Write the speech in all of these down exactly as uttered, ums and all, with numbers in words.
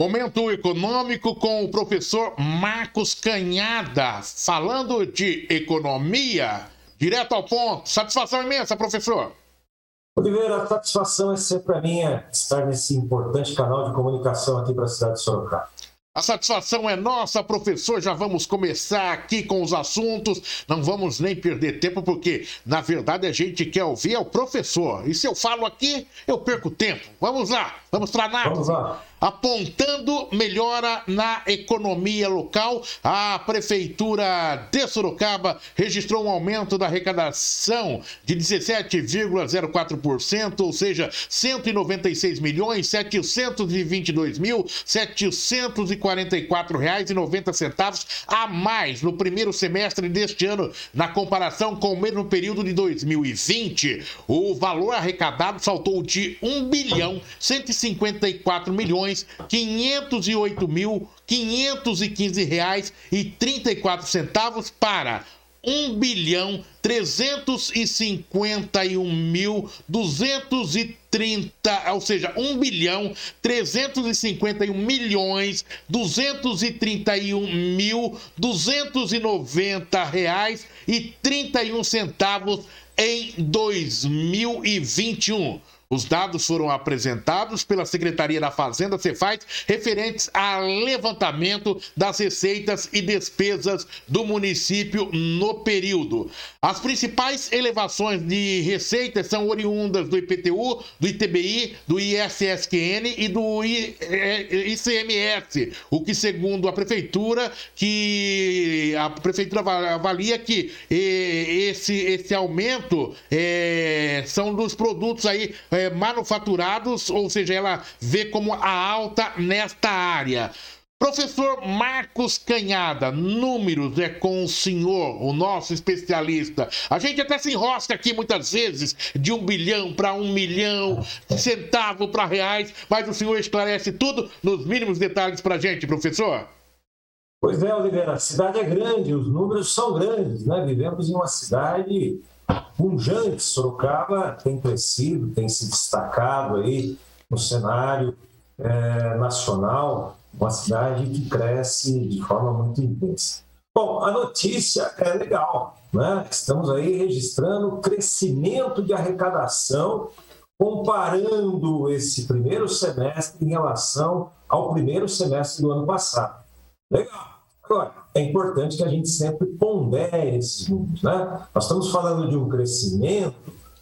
Momento econômico com o professor Marcos Canhada, falando de economia, direto ao ponto. Satisfação imensa, professor. Oliveira, a satisfação é sempre a minha estar nesse importante canal de comunicação aqui para a cidade de Sorocaba. A satisfação é nossa, professor. Já vamos começar aqui com os assuntos. Não vamos nem perder tempo, porque, na verdade, a gente quer ouvir é o professor. E se eu falo aqui, eu perco tempo. Vamos lá, vamos para nada. Vamos lá. Apontando melhora na economia local, a Prefeitura de Sorocaba registrou um aumento da arrecadação de dezessete vírgula zero quatro por cento, ou seja, cento e noventa e seis milhões, setecentos e vinte e dois mil, setecentos e quarenta e quatro reais e noventa centavos a mais no primeiro semestre deste ano, na comparação com o mesmo período de dois mil e vinte. O valor arrecadado saltou de um bilhão, cento e cinquenta e quatro milhões, quinhentos e oito mil, quinhentos e quinze reais e trinta e quatro centavos para um bilhão, trezentos e cinquenta e um mil, duzentos e trinta, ou seja, um bilhão, trezentos e cinquenta e um milhões, duzentos e trinta e um mil, duzentos e noventa reais e trinta e um centavos em dois mil e vinte e um. Os dados foram apresentados pela Secretaria da Fazenda, Cefaz, referentes ao levantamento das receitas e despesas do município no período. As principais elevações de receitas são oriundas do I P T U, do I T B I, do I S S Q N e do I C M S, o que, segundo a Prefeitura, que a Prefeitura avalia que esse, esse aumento é, são dos produtos aí é, manufaturados, ou seja, ela vê como a alta nesta área. Professor Marcos Canhada, números é com o senhor, o nosso especialista. A gente até se enrosca aqui muitas vezes de um bilhão para um milhão, centavo para reais, mas o senhor esclarece tudo nos mínimos detalhes para a gente, professor. Pois é, Oliveira, a cidade é grande, os números são grandes, né? Vivemos em uma cidade pujante. Sorocaba tem crescido, tem se destacado aí no cenário é, nacional, uma cidade que cresce de forma muito intensa. Bom, a notícia é legal, né? Estamos aí registrando crescimento de arrecadação, comparando esse primeiro semestre em relação ao primeiro semestre do ano passado. Legal. Agora, é importante que a gente sempre pondere esses números, né? Nós estamos falando de um crescimento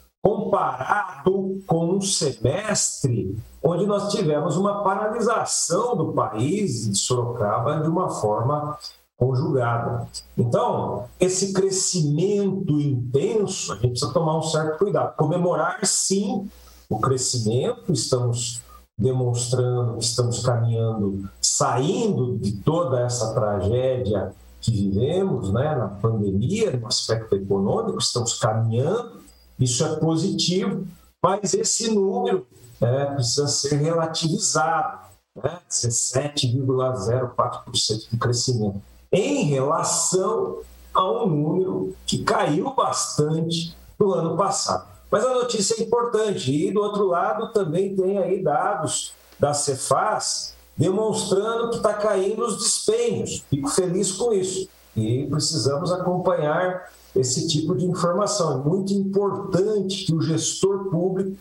comparado com um semestre onde nós tivemos uma paralisação do país, de Sorocaba, de uma forma conjugada. Então, esse crescimento intenso, a gente precisa tomar um certo cuidado. Comemorar, sim, o crescimento, estamos demonstrando que estamos caminhando, saindo de toda essa tragédia que vivemos, né, na pandemia, no aspecto econômico, estamos caminhando, isso é positivo, mas esse número é, precisa ser relativizado, né, dezessete vírgula zero quatro por cento de crescimento, em relação a um número que caiu bastante no ano passado. Mas a notícia é importante, e do outro lado também tem aí dados da Cefaz demonstrando que está caindo os despenhos. Fico feliz com isso e precisamos acompanhar esse tipo de informação. É muito importante que o gestor público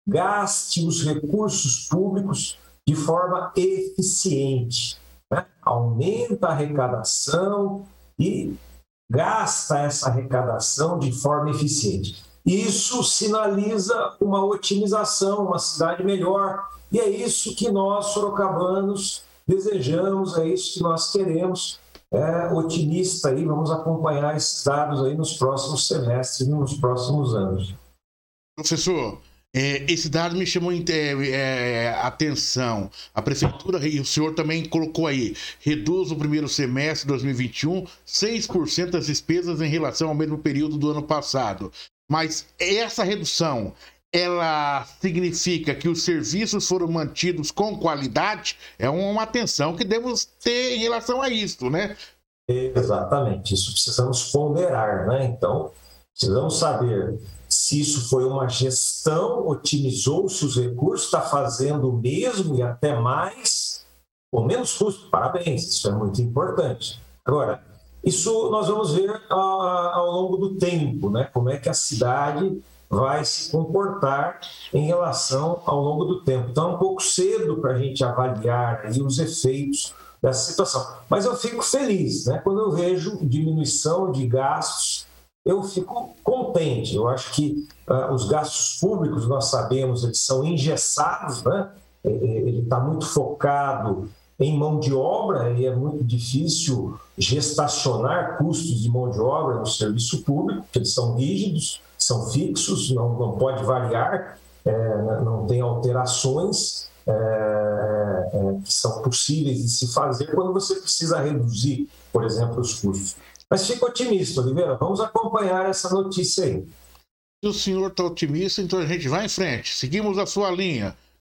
gaste os recursos públicos de forma eficiente, né? Aumenta a arrecadação e gasta essa arrecadação de forma eficiente. Isso sinaliza uma otimização, uma cidade melhor. E é isso que nós, sorocabanos, desejamos, é isso que nós queremos. É otimista aí, vamos acompanhar esses dados aí nos próximos semestres, nos próximos anos. Professor, é, esse dado me chamou é, é, atenção. A Prefeitura, e o senhor também colocou aí, reduz no primeiro semestre de dois mil e vinte e um seis por cento das despesas em relação ao mesmo período do ano passado. Mas essa redução, ela significa que os serviços foram mantidos com qualidade? É uma atenção que devemos ter em relação a isso, né? Exatamente, isso precisamos ponderar, né? Então, precisamos saber se isso foi uma gestão, otimizou-se os recursos, está fazendo o mesmo e até mais, com menos custo, parabéns, isso é muito importante. Agora, isso nós vamos ver a, ao longo do tempo, né? Como é que a cidade vai se comportar em relação ao longo do tempo. Então, é um pouco cedo para a gente avaliar aí os efeitos dessa situação. Mas eu fico feliz, né? Quando eu vejo diminuição de gastos, eu fico contente. Eu acho que uh, os gastos públicos, nós sabemos, eles são engessados, né? Ele está muito focado em mão de obra, e é muito difícil gestacionar custos de mão de obra no serviço público, porque eles são rígidos, são fixos, não, não pode variar, é, não tem alterações é, é, que são possíveis de se fazer quando você precisa reduzir, por exemplo, os custos. Mas fico otimista, Oliveira, vamos acompanhar essa notícia aí. Se o senhor está otimista, então a gente vai em frente. Seguimos a sua linha.